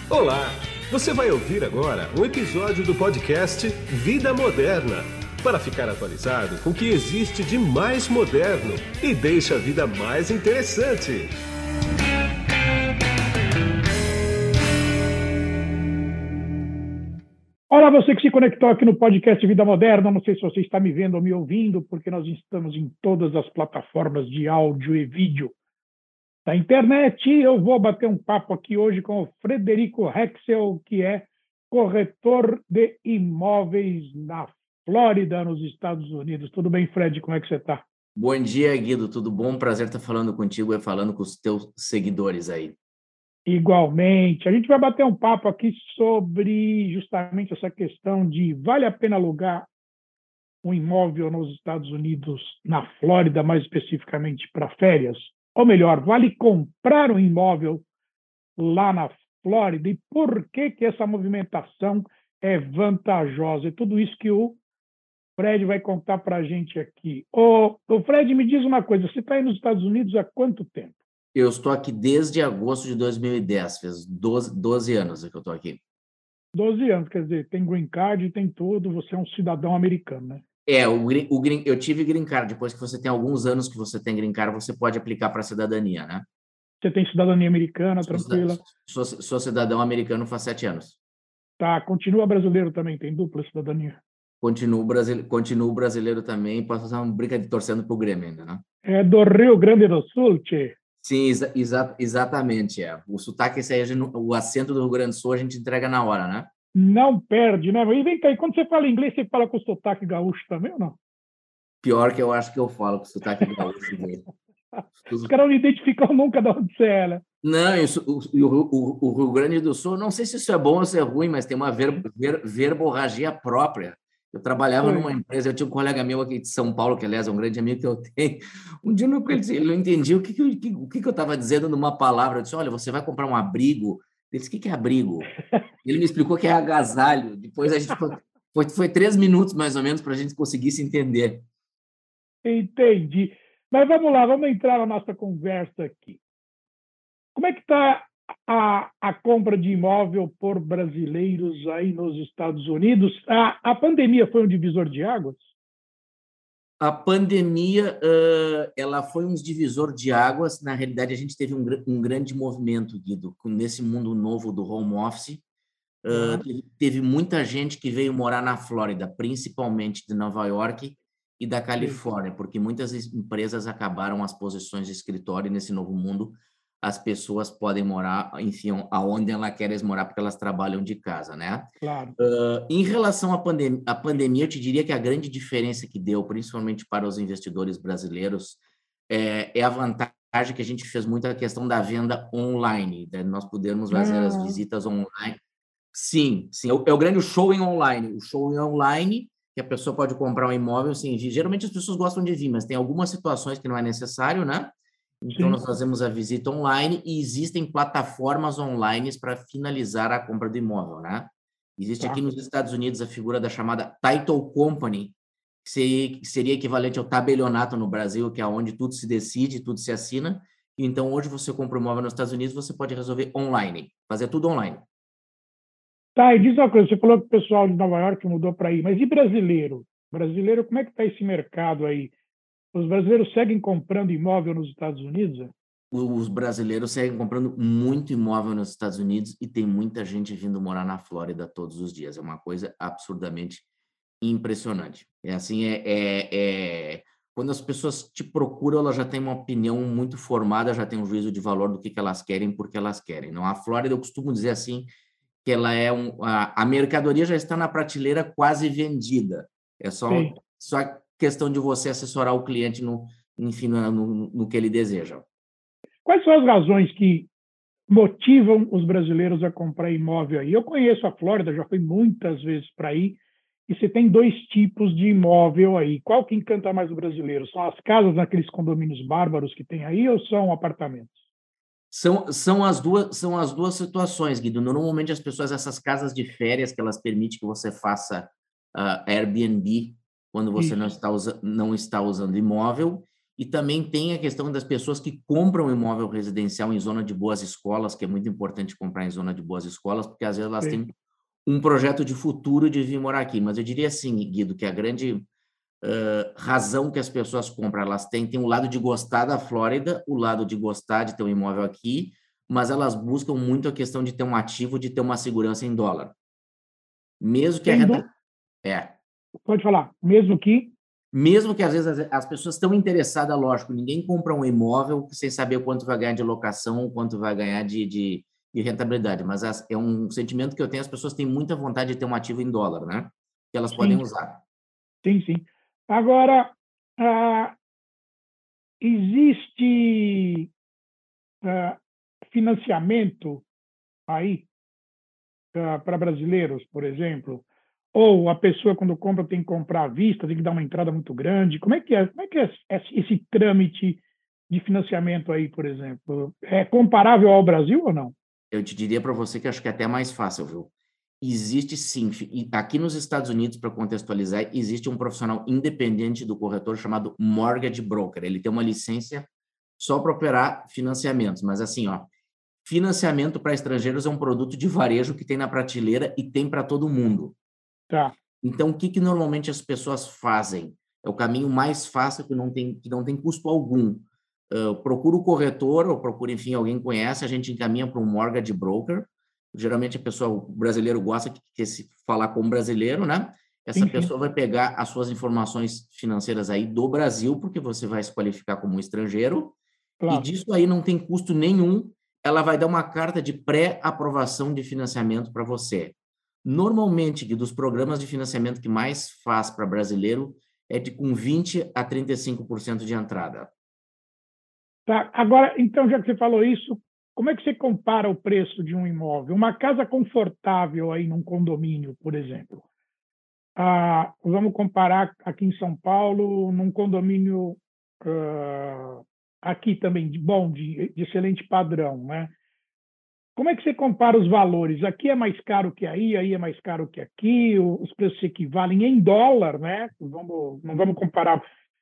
Olá! Você vai ouvir agora um episódio do podcast Vida Moderna, para ficar atualizado com o que existe de mais moderno e deixa a vida mais interessante. Olá, você que se conectou aqui no podcast Vida Moderna. Não sei se você está me vendo ou me ouvindo, porque nós estamos em todas as plataformas de áudio e vídeo da internet. Eu vou bater um papo aqui hoje com o Frederico Hexel, que é corretor de imóveis na Flórida, nos Estados Unidos. Tudo bem, Fred? Como é que você está? Bom dia, Guido. Tudo bom? Prazer estar falando contigo e falando com os teus seguidores aí. Igualmente. A gente vai bater um papo aqui sobre justamente essa questão de vale a pena alugar um imóvel nos Estados Unidos, na Flórida, mais especificamente para férias? Ou melhor, vale comprar um imóvel lá na Flórida? E por que essa movimentação é vantajosa? É tudo isso que o Fred vai contar para a gente aqui. O Fred, me diz uma coisa, você está aí nos Estados Unidos há quanto tempo? Eu estou aqui desde agosto de 2010, fez 12 anos que eu estou aqui. 12 anos, quer dizer, tem green card, tem tudo, você é um cidadão americano, né? Eu tive green card. Depois que você tem alguns anos que você tem green card, você pode aplicar para a cidadania, né? Você tem cidadania americana, tranquila? Sou cidadão americano faz 7 anos. Tá, continua brasileiro também, tem dupla cidadania. Continuo brasileiro também, posso fazer uma brinca de torcendo para o Grêmio ainda, né? É do Rio Grande do Sul, tchê? Sim, exatamente. O sotaque, esse aí, o acento do Rio Grande do Sul a gente entrega na hora, né? Não perde, né? E vem cá, quando você fala inglês, você fala com sotaque gaúcho também ou não? Pior que eu acho que eu falo com sotaque gaúcho mesmo. Os caras não identificam nunca de onde você é, né? Não, o Rio Grande do Sul, não sei se isso é bom ou se é ruim, mas tem uma verborragia própria. Eu trabalhava numa empresa, eu tinha um colega meu aqui de São Paulo, que aliás é um grande amigo que eu tenho. Um dia ele não entendia o que eu estava dizendo numa palavra. Eu disse, olha, você vai comprar um abrigo. Ele disse, o que é abrigo? Ele me explicou que é agasalho. Depois a gente foi 3 minutos, mais ou menos, para a gente conseguir se entender. Entendi. Mas vamos lá, vamos entrar na nossa conversa aqui. Como é que está a compra de imóvel por brasileiros aí nos Estados Unidos? A pandemia foi um divisor de águas? A pandemia, ela foi um divisor de águas. Na realidade, a gente teve um grande movimento, Guido, nesse mundo novo do home office. Teve muita gente que veio morar na Flórida, principalmente de Nova York e da Califórnia, porque muitas empresas acabaram as posições de escritório. E nesse novo mundo, as pessoas podem morar, enfim, aonde elas querem morar, porque elas trabalham de casa, né? Claro. Em relação à pandemia, eu te diria que a grande diferença que deu, principalmente para os investidores brasileiros, é a vantagem que a gente fez muito a questão da venda online, né? Nós podemos fazer as visitas online. Sim. É o grande showing online. O showing online, que a pessoa pode comprar um imóvel, sim. Geralmente as pessoas gostam de vir, mas tem algumas situações que não é necessário, né? Então, nós fazemos a visita online e existem plataformas online para finalizar a compra do imóvel, né? Existe aqui nos Estados Unidos a figura da chamada Title Company, que seria equivalente ao tabelionato no Brasil, que é onde tudo se decide, tudo se assina. Então, hoje você compra um imóvel nos Estados Unidos, você pode resolver online, fazer tudo online. Tá, e diz uma coisa, você falou que o pessoal de Nova York mudou para aí, mas e brasileiro? Brasileiro, como é que está esse mercado aí? Os brasileiros seguem comprando imóvel nos Estados Unidos? Os brasileiros seguem comprando muito imóvel nos Estados Unidos e tem muita gente vindo morar na Flórida todos os dias. É uma coisa absurdamente impressionante. É assim, quando as pessoas te procuram, elas já têm uma opinião muito formada, já têm um juízo de valor do que elas querem, porque elas querem. Não, a Flórida, eu costumo dizer assim, que ela a mercadoria já está na prateleira quase vendida. É só questão de você assessorar o cliente no que ele deseja. Quais são as razões que motivam os brasileiros a comprar imóvel aí? Eu conheço a Flórida, já fui muitas vezes para aí, e você tem 2 tipos de imóvel aí. Qual que encanta mais o brasileiro? São as casas naqueles condomínios bárbaros que tem aí ou são apartamentos? São as duas situações, Guido. Normalmente as pessoas, essas casas de férias que elas permitem que você faça Airbnb quando você não está usando imóvel, E também tem a questão das pessoas que compram imóvel residencial em zona de boas escolas, que é muito importante comprar em zona de boas escolas, porque às vezes elas Sim. têm um projeto de futuro de vir morar aqui. Mas eu diria assim, Guido, que a grande razão que as pessoas compram, elas têm o lado de gostar da Flórida, o lado de gostar de ter um imóvel aqui, mas elas buscam muito a questão de ter um ativo, de ter uma segurança em dólar. Mesmo que a renta... Pode falar. Mesmo que às vezes as pessoas estão interessadas, lógico, ninguém compra um imóvel sem saber quanto vai ganhar de locação, quanto vai ganhar de rentabilidade, mas é um sentimento que eu tenho, as pessoas têm muita vontade de ter um ativo em dólar, né? Que elas podem usar. Sim, sim. Agora, existe financiamento aí para brasileiros, por exemplo? Ou a pessoa, quando compra, tem que comprar à vista, tem que dar uma entrada muito grande? Como é que é esse trâmite de financiamento aí, por exemplo? É comparável ao Brasil ou não? Eu te diria para você que acho que é até mais fácil, viu? Existe sim. E aqui nos Estados Unidos, para contextualizar, existe um profissional independente do corretor chamado mortgage broker. Ele tem uma licença só para operar financiamentos. Mas assim, ó, financiamento para estrangeiros é um produto de varejo que tem na prateleira e tem para todo mundo. Tá. Então, o que normalmente as pessoas fazem? É o caminho mais fácil que não tem custo algum. Procura o corretor ou procura, enfim, alguém conhece, a gente encaminha para um mortgage broker. Geralmente o brasileiro gosta de se falar com um brasileiro, né? Essa pessoa vai pegar as suas informações financeiras aí do Brasil, porque você vai se qualificar como um estrangeiro, e disso aí não tem custo nenhum, ela vai dar uma carta de pré-aprovação de financiamento para você. Normalmente, dos programas de financiamento que mais faz para brasileiro é com 20% a 35% de entrada. Tá. Agora, então, já que você falou isso, como é que você compara o preço de um imóvel? Uma casa confortável aí num condomínio, por exemplo. Vamos comparar aqui em São Paulo, num condomínio aqui também de excelente padrão, né? Como é que você compara os valores? Aqui é mais caro que aí é mais caro que aqui, os preços se equivalem em dólar, né? Não vamos comparar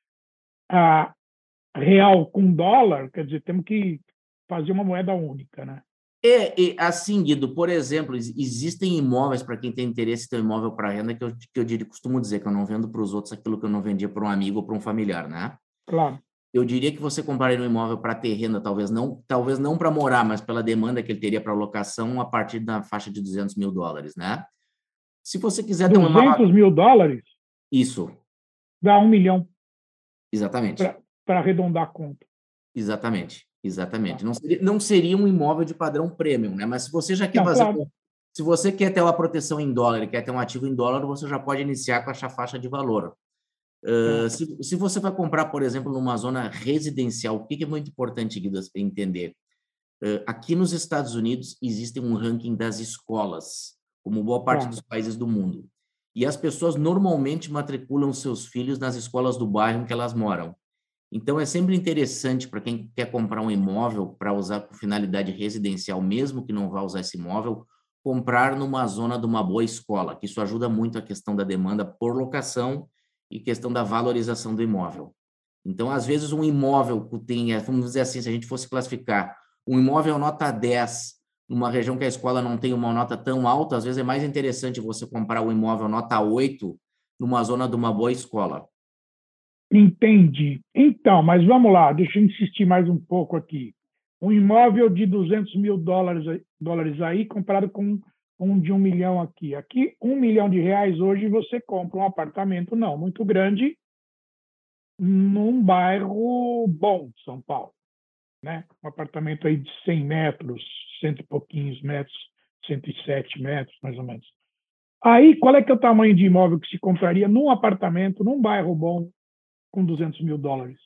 a real com dólar, quer dizer, temos que fazer uma moeda única, né? Assim, Guido, por exemplo, existem imóveis, para quem tem interesse em ter um imóvel para renda, que eu costumo dizer que eu não vendo para os outros aquilo que eu não vendia para um amigo ou para um familiar, né? Claro. Eu diria que você compraria um imóvel para ter renda, talvez não para morar, mas pela demanda que ele teria para locação, a partir da faixa de $200 mil, né? Se você quiser ter uma... $200 mil? Isso. Dá 1 milhão. Exatamente. Para arredondar a conta. Exatamente. Não seria um imóvel de padrão premium, né? Mas se você já quer se você quer ter uma proteção em dólar e quer ter um ativo em dólar, você já pode iniciar com essa faixa de valor. Se você vai comprar, por exemplo, numa zona residencial, o que é muito importante, Guido, entender? Aqui nos Estados Unidos existe um ranking das escolas, como boa parte dos países do mundo. E as pessoas normalmente matriculam seus filhos nas escolas do bairro em que elas moram. Então, é sempre interessante para quem quer comprar um imóvel para usar por finalidade residencial, mesmo que não vá usar esse imóvel, comprar numa zona de uma boa escola, que isso ajuda muito a questão da demanda por locação e questão da valorização do imóvel. Então, às vezes, um imóvel que tem, vamos dizer assim, se a gente fosse classificar, um imóvel nota 10, numa região que a escola não tem uma nota tão alta, às vezes é mais interessante você comprar um imóvel nota 8 numa zona de uma boa escola. Entendi. Então, mas vamos lá, deixa eu insistir mais um pouco aqui. Um imóvel de $200 mil aí, comparado com um de 1 milhão aqui. Aqui, R$1 milhão hoje, você compra um apartamento, não muito grande, num bairro bom de São Paulo, né? Um apartamento aí de 100 metros, 100 e pouquinhos metros, 107 metros, mais ou menos. Aí, qual é que é o tamanho de imóvel que se compraria num apartamento, num bairro bom, com $200 mil?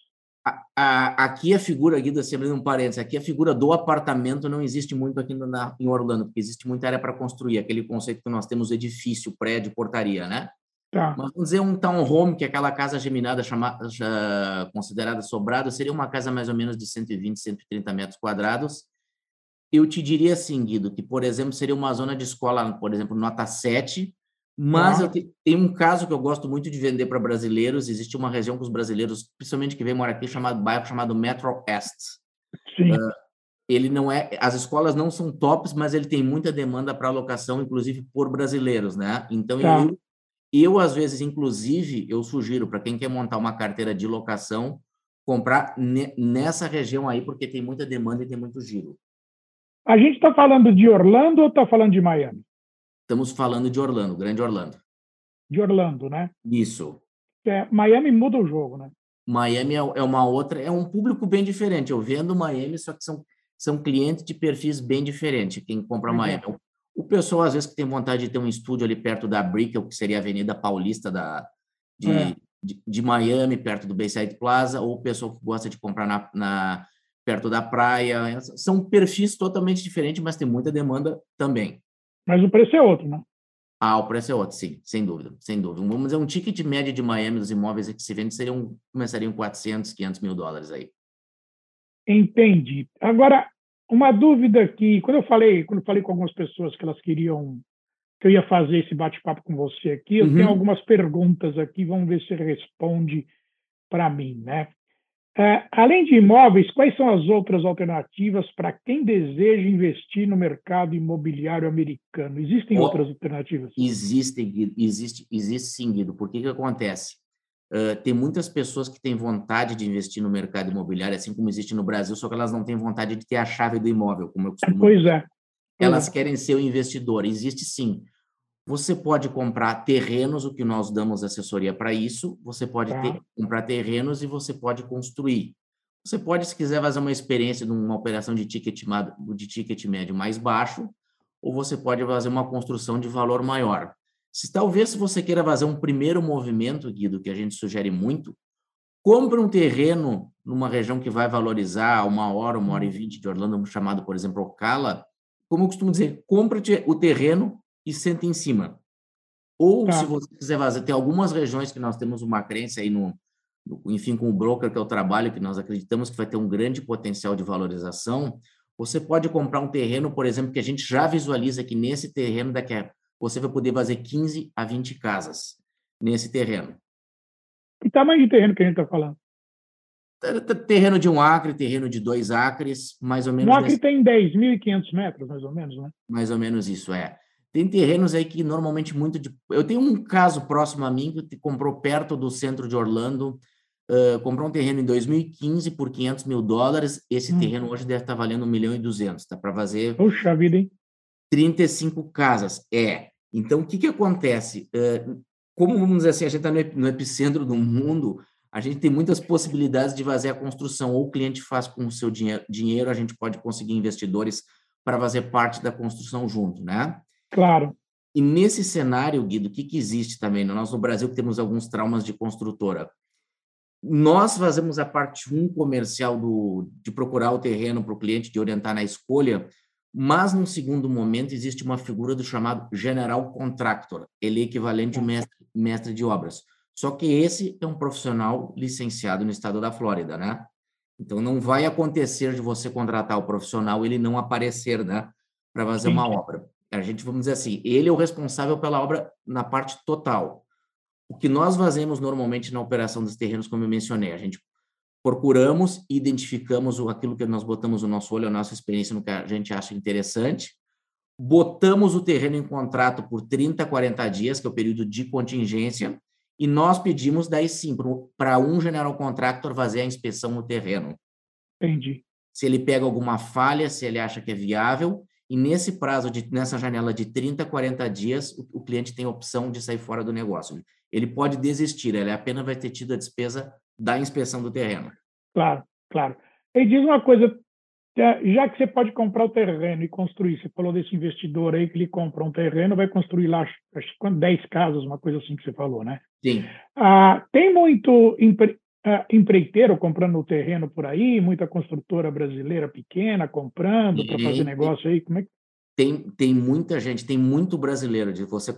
Aqui a figura, Guida, se abrindo um parênteses, aqui a figura do apartamento não existe muito aqui em Orlando, porque existe muita área para construir, aquele conceito que nós temos edifício, prédio, portaria, né? Mas vamos dizer um townhome, que é aquela casa geminada considerada sobrada, seria uma casa mais ou menos de 120, 130 metros quadrados. Eu te diria assim, Guido, que, por exemplo, seria uma zona de escola, por exemplo, nota 7, Mas tem um caso que eu gosto muito de vender para brasileiros. Existe uma região que os brasileiros, principalmente que vem morar aqui, bairro chamado Metro Est. Sim. Ele não é, as escolas não são tops, mas ele tem muita demanda para alocação, inclusive por brasileiros, né? Então eu às vezes, inclusive, eu sugiro para quem quer montar uma carteira de locação comprar nessa região aí, porque tem muita demanda e tem muito giro. A gente está falando de Orlando ou está falando de Miami? Estamos falando de Orlando, Grande Orlando. De Orlando, né? Isso. Miami muda o jogo, né? Miami é uma outra, é um público bem diferente. Eu vendo Miami, só que são clientes de perfis bem diferentes, quem compra Miami. O pessoal, às vezes, que tem vontade de ter um estúdio ali perto da Brickell, que seria a Avenida Paulista de Miami, perto do Bayside Plaza, ou o pessoal que gosta de comprar perto da praia. São perfis totalmente diferentes, mas tem muita demanda também. Mas o preço é outro, né? O preço é outro, sim, sem dúvida, sem dúvida. Vamos dizer, um ticket médio de Miami dos imóveis que se vende começariam 400, 500 mil dólares aí. Entendi. Agora, uma dúvida aqui, quando eu falei com algumas pessoas que elas queriam que eu ia fazer esse bate-papo com você aqui, eu tenho algumas perguntas aqui, vamos ver se você responde para mim, né? Além de imóveis, quais são as outras alternativas para quem deseja investir no mercado imobiliário americano? Existem outras alternativas? Existe sim, Guido. Por que acontece? Tem muitas pessoas que têm vontade de investir no mercado imobiliário, assim como existe no Brasil, só que elas não têm vontade de ter a chave do imóvel, como eu costumo dizer. Pois é. Elas querem ser o investidor. Existe sim. Você pode comprar terrenos, o que nós damos assessoria para isso. Você pode comprar terrenos e você pode construir. Você pode, se quiser, fazer uma experiência de uma operação de ticket médio mais baixo, ou você pode fazer uma construção de valor maior. Talvez, se você queira fazer um primeiro movimento, Guido, que a gente sugere muito, compre um terreno numa região que vai valorizar 1 hora e 20 de Orlando, chamado, por exemplo, Ocala. Como eu costumo dizer, compre o terreno e senta em cima. Ou, se você quiser fazer, tem algumas regiões que nós temos uma crença aí, enfim, com o broker que eu trabalho, que nós acreditamos que vai ter um grande potencial de valorização. Você pode comprar um terreno, por exemplo, que a gente já visualiza que nesse terreno você vai poder fazer 15 a 20 casas nesse terreno. Que tamanho de terreno que a gente está falando? Terreno de 1 acre, terreno de 2 acres, mais ou menos. 1 acre tem 10.500 metros, mais ou menos, né? Mais ou menos isso, Tem terrenos aí que normalmente Eu tenho um caso próximo a mim que comprou perto do centro de Orlando, comprou um terreno em 2015 por 500 mil dólares. Esse terreno hoje deve estar valendo 1.200.000. Tá para fazer. Puxa vida, hein? 35 casas. Então, o que acontece? Como, vamos dizer assim, a gente está no epicentro do mundo, a gente tem muitas possibilidades de fazer a construção. Ou o cliente faz com o seu dinheiro, a gente pode conseguir investidores para fazer parte da construção junto, né? Claro. E nesse cenário, Guido, o que existe também? Nós, no Brasil, temos alguns traumas de construtora. Nós fazemos a parte 1 comercial de procurar o terreno para o cliente, de orientar na escolha, mas, num segundo momento, existe uma figura do chamado General Contractor. Ele é equivalente ao mestre de obras. Só que esse é um profissional licenciado no estado da Flórida, né? Então, não vai acontecer de você contratar o profissional e ele não aparecer, né, para fazer uma obra. A gente, vamos dizer assim, ele é o responsável pela obra na parte total. O que nós fazemos normalmente na operação dos terrenos, como eu mencionei, a gente procuramos, identificamos aquilo que nós botamos no nosso olho, a nossa experiência, no que a gente acha interessante, botamos o terreno em contrato por 30 a 40 dias, que é o período de contingência, e nós pedimos, daí sim, para um general contractor fazer a inspeção no terreno. Entendi. Se ele pega alguma falha, se ele acha que é viável, e nesse prazo, nessa janela de 30 a 40 dias, o cliente tem a opção de sair fora do negócio. Ele pode desistir, ele apenas vai ter tido a despesa da inspeção do terreno. Claro, claro. E diz uma coisa, já que você pode comprar o terreno e construir, você falou desse investidor aí que ele compra um terreno, vai construir lá, acho que 10 casas, uma coisa assim que você falou, né? Sim. Tem muito empreiteiro comprando o terreno por aí, muita construtora brasileira pequena comprando para fazer negócio aí, como é que... Tem muita gente, tem muito brasileiro. De você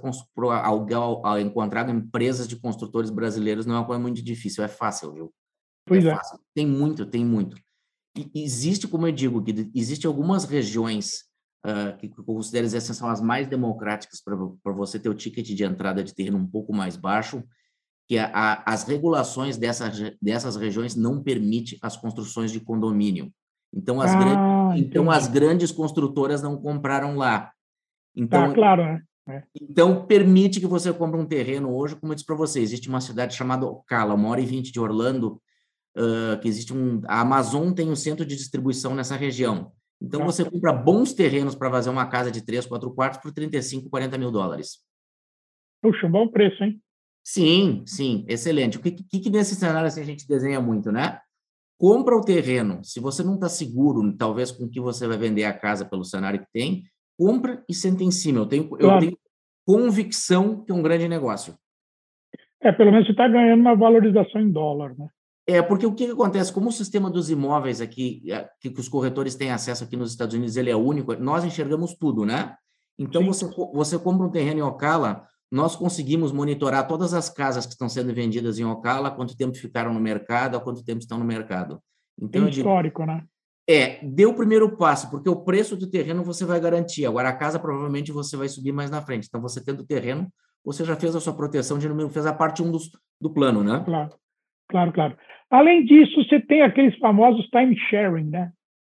encontrar empresas de construtores brasileiros não é uma coisa muito difícil, é fácil, viu? Pois é fácil. Tem muito. E existe, como eu digo, existem algumas regiões que eu considero essas são as mais democráticas para você ter o ticket de entrada de terreno um pouco mais baixo, que as regulações dessas regiões não permitem as construções de condomínio. Então, as grandes construtoras não compraram lá. Então, tá claro, né? Então, permite que você compre um terreno hoje, como eu disse para você, existe uma cidade chamada Ocala, 1h20 de Orlando, que existe a Amazon tem um centro de distribuição nessa região. Então, você compra bons terrenos para fazer uma casa de 3, 4 quartos por 35, 40 mil dólares. Puxa, um bom preço, hein? Sim, excelente. O que nesse cenário assim, a gente desenha muito, né? Compra o terreno. Se você não está seguro, talvez, com que você vai vender a casa pelo cenário que tem, compra e senta em cima. Eu tenho convicção que é um grande negócio. Pelo menos você está ganhando uma valorização em dólar, né? Porque o que acontece? Como o sistema dos imóveis aqui, que os corretores têm acesso aqui nos Estados Unidos, ele é único, nós enxergamos tudo, né? Então, você compra um terreno em Ocala, nós conseguimos monitorar todas as casas que estão sendo vendidas em Ocala, quanto tempo ficaram no mercado, há quanto tempo estão no mercado. Então, tem histórico, né? Deu o primeiro passo, porque o preço do terreno você vai garantir. Agora, a casa provavelmente você vai subir mais na frente. Então, você tendo o terreno, você já fez a sua proteção de número, fez a parte 1 do plano, né? Claro. Além disso, você tem aqueles famosos time sharing, né?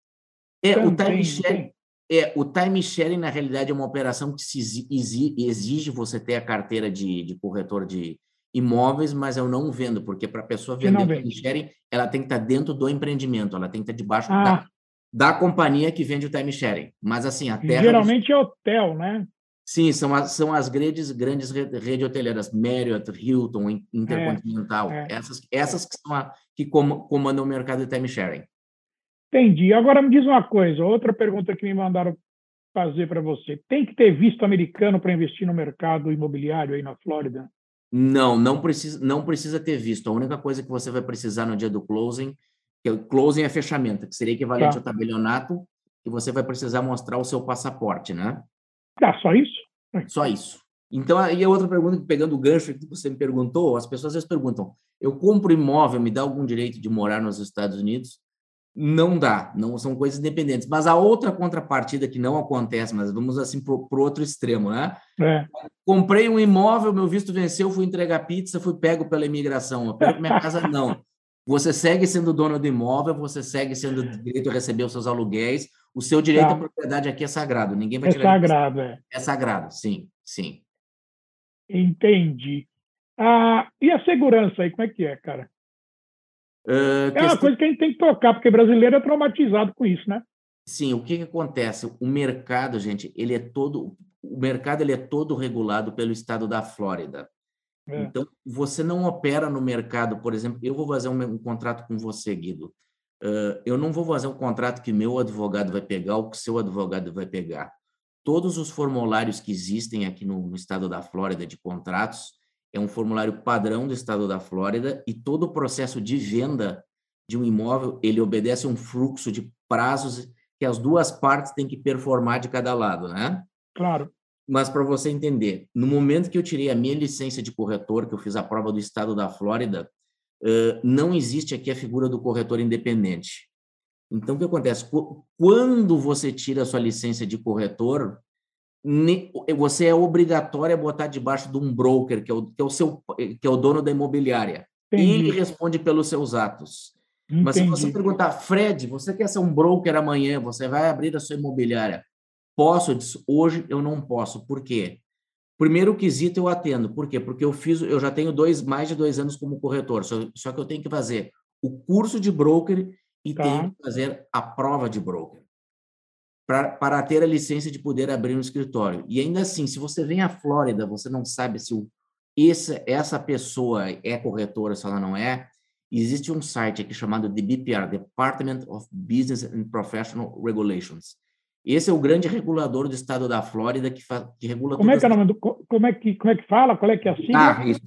O time sharing, na realidade, é uma operação que exige você ter a carteira de corretor de imóveis, mas eu não vendo, porque para a pessoa vender o time sharing, ela tem que estar dentro do empreendimento, ela tem que estar debaixo da companhia que vende o time sharing. Mas, assim, a terra... Geralmente é hotel, né? Sim, são as grandes redes hoteleiras, Marriott, Hilton, Intercontinental, essas que são que comandam o mercado de time sharing. Entendi. Agora me diz uma coisa, outra pergunta que me mandaram fazer para você. Tem que ter visto americano para investir no mercado imobiliário aí na Flórida? Não precisa ter visto. A única coisa que você vai precisar no dia do closing, que o closing é fechamento, que seria equivalente ao tabelionato, que você vai precisar mostrar o seu passaporte, né? Só isso? Só isso. Então, aí a outra pergunta, pegando o gancho que você me perguntou, as pessoas às vezes perguntam, eu compro imóvel, me dá algum direito de morar nos Estados Unidos? Não dá, não são coisas independentes. Mas a outra contrapartida que não acontece, mas vamos assim para o outro extremo, né? Comprei um imóvel, meu visto venceu, fui entregar pizza, fui pego pela imigração. Eu pego minha casa, não. Você segue sendo dono do imóvel, você segue sendo direito a receber os seus aluguéis, o seu direito à propriedade aqui é sagrado, ninguém vai tirar. É sagrado, sim. Entendi. E a segurança aí, como é que é, cara? Uma coisa que a gente tem que tocar, porque brasileiro é traumatizado com isso, né? Sim, o que acontece? O mercado, gente, o mercado é todo regulado pelo estado da Flórida. Então, você não opera no mercado, por exemplo, eu vou fazer um contrato com você, Guido. Eu não vou fazer um contrato que meu advogado vai pegar ou que seu advogado vai pegar. Todos os formulários que existem aqui no estado da Flórida de contratos é um formulário padrão do estado da Flórida e todo o processo de venda de um imóvel, ele obedece a um fluxo de prazos que as duas partes têm que performar de cada lado, né? Claro. Mas para você entender, no momento que eu tirei a minha licença de corretor, que eu fiz a prova do estado da Flórida, não existe aqui a figura do corretor independente. Então, o que acontece? Quando você tira a sua licença de corretor, você é obrigatório a botar debaixo de um broker, que é o dono da imobiliária. Entendi. Ele responde pelos seus atos. Entendi. Mas se você perguntar, Fred, você quer ser um broker amanhã, você vai abrir a sua imobiliária? Posso? Eu disse, hoje eu não posso. Por quê? Primeiro quesito eu atendo. Por quê? Porque eu já tenho mais de 2 anos como corretor, só que eu tenho que fazer o curso de broker e tenho que fazer a prova de broker para ter a licença de poder abrir um escritório. E ainda assim, se você vem à Flórida, você não sabe se essa pessoa é corretora, se ela não é, existe um site aqui chamado DBPR, Department of Business and Professional Regulations. Esse é o grande regulador do estado da Flórida que regula... Como é que é o nome como é que fala? Qual é que é a sigla? Isso.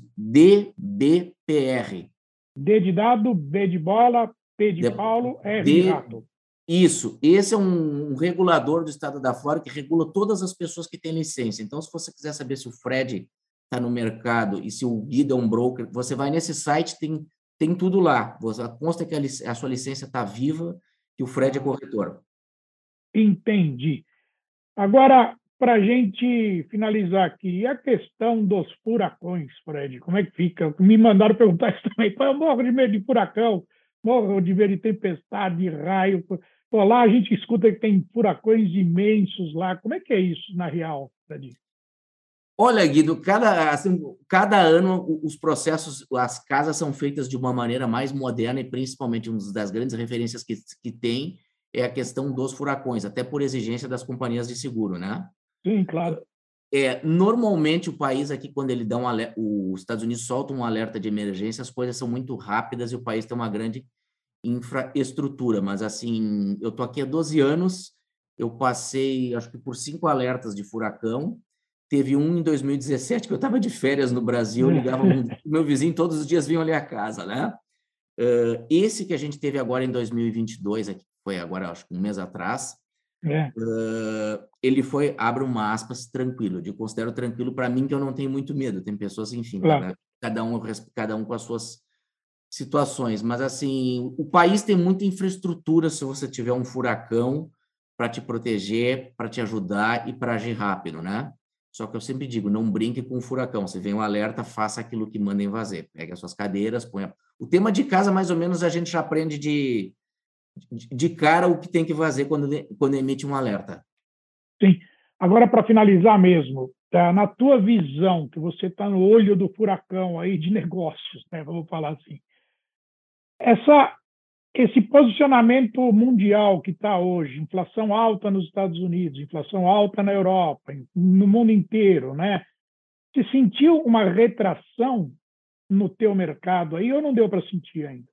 DBPR. D de dado, B de bola, P de Paulo, R de rato. Isso. Esse é um regulador do estado da Flórida que regula todas as pessoas que têm licença. Então, se você quiser saber se o Fred está no mercado e se o Guido é um broker, você vai nesse site, tem tudo lá. Consta que a sua licença está viva, que o Fred é corretor. Entendi. Agora, para a gente finalizar aqui, e a questão dos furacões, Fred, como é que fica? Me mandaram perguntar isso também. Pô, eu morro de medo de furacão, morro de medo de tempestade, de raio. Pô, lá a gente escuta que tem furacões imensos lá. Como é que é isso na real, Fred? Olha, Guido, cada ano os processos, as casas são feitas de uma maneira mais moderna e principalmente uma das grandes referências que tem é a questão dos furacões, até por exigência das companhias de seguro, né? Sim, claro. Normalmente o país aqui, quando ele dá os Estados Unidos soltam um alerta de emergência, as coisas são muito rápidas e o país tem uma grande infraestrutura, mas assim, eu tô aqui há 12 anos, eu passei, acho que por 5 alertas de furacão. Teve um em 2017 que eu estava de férias no Brasil, eu ligava meu vizinho, todos os dias vinham ali a casa, né? Esse que a gente teve agora em 2022, aqui, foi agora, acho que um mês atrás, ele foi, abre uma aspas, tranquilo. Eu considero tranquilo para mim, que eu não tenho muito medo. Tem pessoas, enfim, claro. cada um com as suas situações. Mas, assim, o país tem muita infraestrutura se você tiver um furacão para te proteger, para te ajudar e para agir rápido, né? Só que eu sempre digo, não brinque com o furacão. Se vem um alerta, faça aquilo que mandem fazer. Pegue as suas cadeiras, ponha... O tema de casa, mais ou menos, a gente já aprende de cara o que tem que fazer quando emite um alerta. Sim. Agora, para finalizar mesmo, na tua visão, que você está no olho do furacão aí de negócios, né? Vamos falar assim. Esse posicionamento mundial que está hoje, inflação alta nos Estados Unidos, inflação alta na Europa, no mundo inteiro, né? Você sentiu uma retração no teu mercado aí ou não deu para sentir ainda?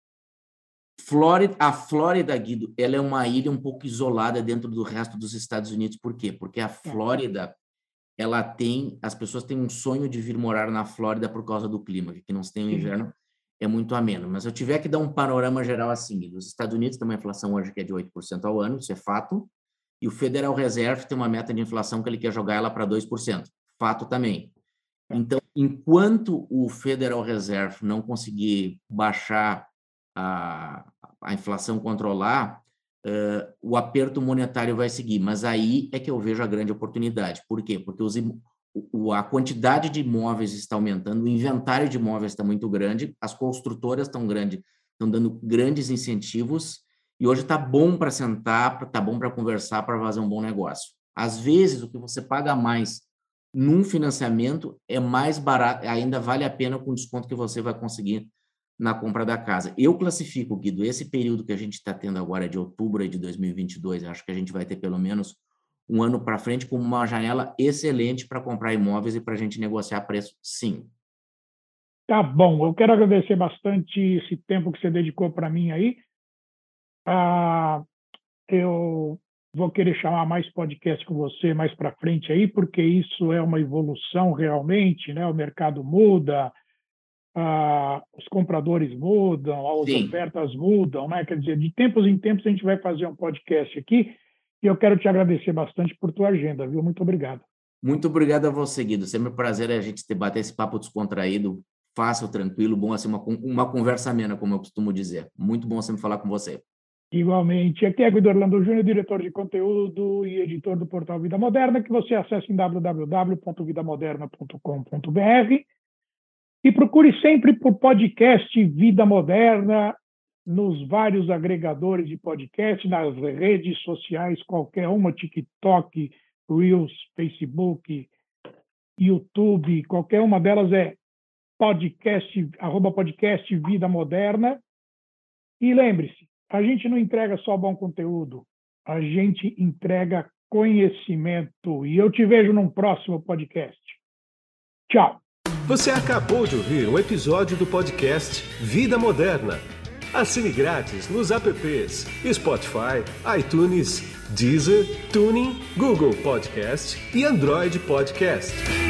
A Flórida, Guido, ela é uma ilha um pouco isolada dentro do resto dos Estados Unidos. Por quê? Porque a Flórida, as pessoas têm um sonho de vir morar na Flórida por causa do clima, que não se tem o inverno. É muito ameno. Mas se eu tiver que dar um panorama geral assim, os Estados Unidos tem uma inflação hoje que é de 8% ao ano, isso é fato, e o Federal Reserve tem uma meta de inflação que ele quer jogar ela para 2%, fato também. Então, enquanto o Federal Reserve não conseguir baixar a inflação, controlar, o aperto monetário vai seguir, mas aí é que eu vejo a grande oportunidade. Por quê? Porque a quantidade de imóveis está aumentando, o inventário de imóveis está muito grande, as construtoras estão dando grandes incentivos, e hoje está bom para sentar, está bom para conversar, para fazer um bom negócio. Às vezes, o que você paga mais num financiamento é mais barato, ainda vale a pena com o desconto que você vai conseguir na compra da casa. Eu classifico, Guido, esse período que a gente está tendo agora de outubro de 2022, acho que a gente vai ter pelo menos um ano para frente com uma janela excelente para comprar imóveis e para a gente negociar preço, sim. Tá bom, eu quero agradecer bastante esse tempo que você dedicou para mim aí. Eu vou querer chamar mais podcast com você mais para frente aí, porque isso é uma evolução realmente, né? O mercado muda, os compradores mudam, as ofertas mudam, né? Quer dizer, de tempos em tempos a gente vai fazer um podcast aqui. E eu quero te agradecer bastante por tua agenda, viu? Muito obrigado. Muito obrigado a você, Guido. Sempre um prazer a gente bater esse papo descontraído, fácil, tranquilo, bom, assim, uma conversa amena, como eu costumo dizer. Muito bom sempre falar com você. Igualmente. Aqui é Guido Orlando Júnior, diretor de conteúdo e editor do portal Vida Moderna, que você acessa em www.vidamoderna.com.br e procure sempre por podcast Vida Moderna, nos vários agregadores de podcast, nas redes sociais, qualquer uma, TikTok, Reels, Facebook, YouTube, qualquer uma delas é podcast Vida Moderna. E lembre-se, a gente não entrega só bom conteúdo, a gente entrega conhecimento. E eu te vejo num próximo podcast. Tchau. Você acabou de ouvir um episódio do podcast Vida Moderna. Assine grátis nos apps Spotify, iTunes, Deezer, Tuning, Google Podcast e Android Podcast.